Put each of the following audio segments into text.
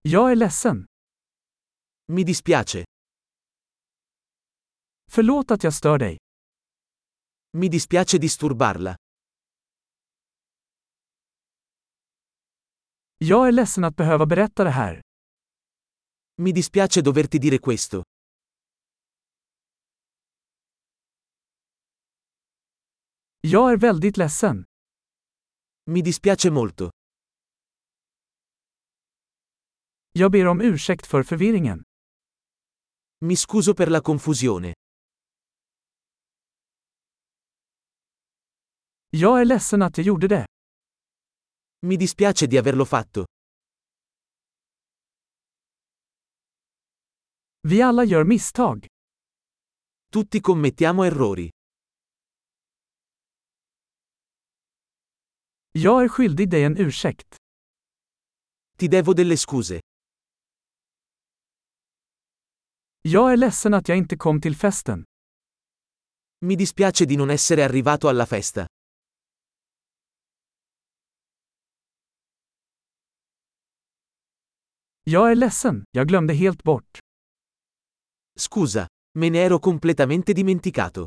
Jag är ledsen. Mi dispiace. Förlåt att jag stör dig. Mi dispiace disturbarla. Jag är ledsen att behöva berätta det här. Mi dispiace doverti dire questo. Jag är väldigt ledsen. Mi dispiace molto. Jag ber om ursäkt för förvirringen. Mi scuso per la confusione. Jag är ledsen att jag gjorde det. Mi dispiace di averlo fatto. Vi alla gör misstag. Tutti commettiamo errori. Jag är skyldig dig en ursäkt. Ti devo delle scuse. Jag är ledsen att jag inte kom till festen. Mi dispiace di non essere arrivato alla festa. Jag är ledsen, jag glömde helt bort. Scusa, me ne ero completamente dimenticato.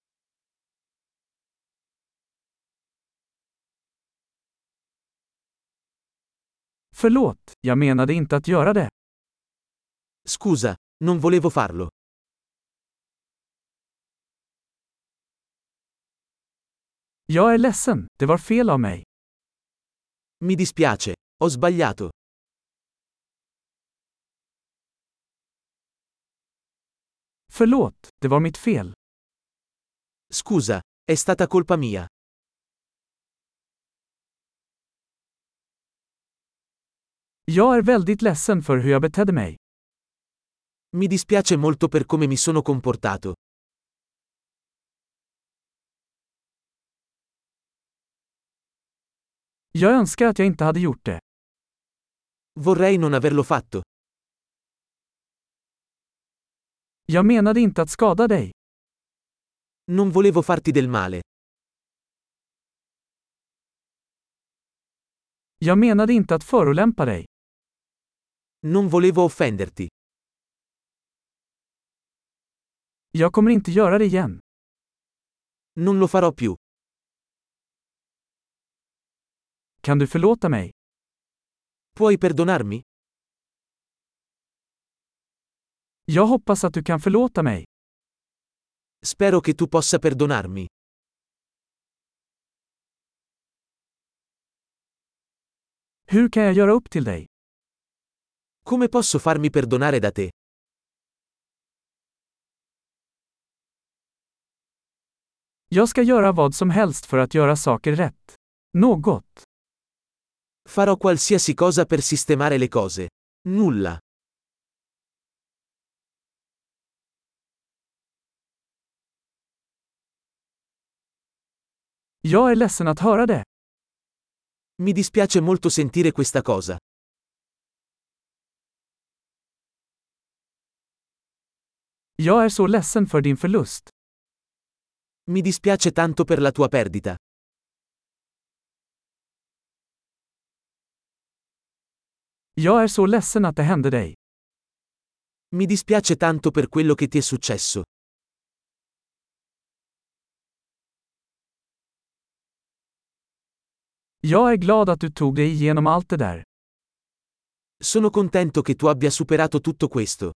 Förlåt, jag menade inte att göra det. Scusa, non volevo farlo. Jag är ledsen, det var fel av mig. Mi dispiace, ho sbagliato. Förlåt, det var mitt fel. Scusa, è stata colpa mia. Jag är väldigt ledsen för hur jag betedde mig. Mi dispiace molto per come mi sono comportato. Jag önskar att jag inte hade gjort det. Vorrei non averlo fatto. Jag menade inte att skada dig. Non volevo farti del male. Jag menade inte att förolämpa dig. Non volevo offenderti. Jag kommer inte göra det igen. Non lo farò più. Kan du förlåta mig? Puoi perdonarmi? Jag hoppas att du kan förlåta mig. Spero che tu possa perdonarmi. Hur kan jag göra upp till dig? Come posso farmi perdonare da te? Jag ska göra vad som helst för att göra saker rätt. Något. Farò qualsiasi cosa per sistemare le cose. Nulla. Jag är ledsen att höra det. Mi dispiace molto sentire questa cosa. Jag är så ledsen för din förlust. Mi dispiace tanto per la tua perdita. Jag är så ledsen att det hände dig. Mi dispiace tanto per quello che ti è successo. Jag är glad att du tog dig igenom allt det där. Sono contento che tu abbia superato tutto questo.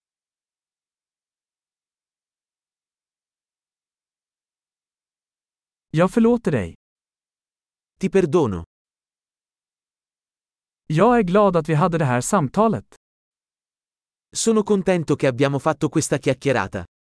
Jag förlåter dig. Ti perdono. Jag är glad att vi hade det här samtalet. Sono contento che abbiamo fatto questa chiacchierata.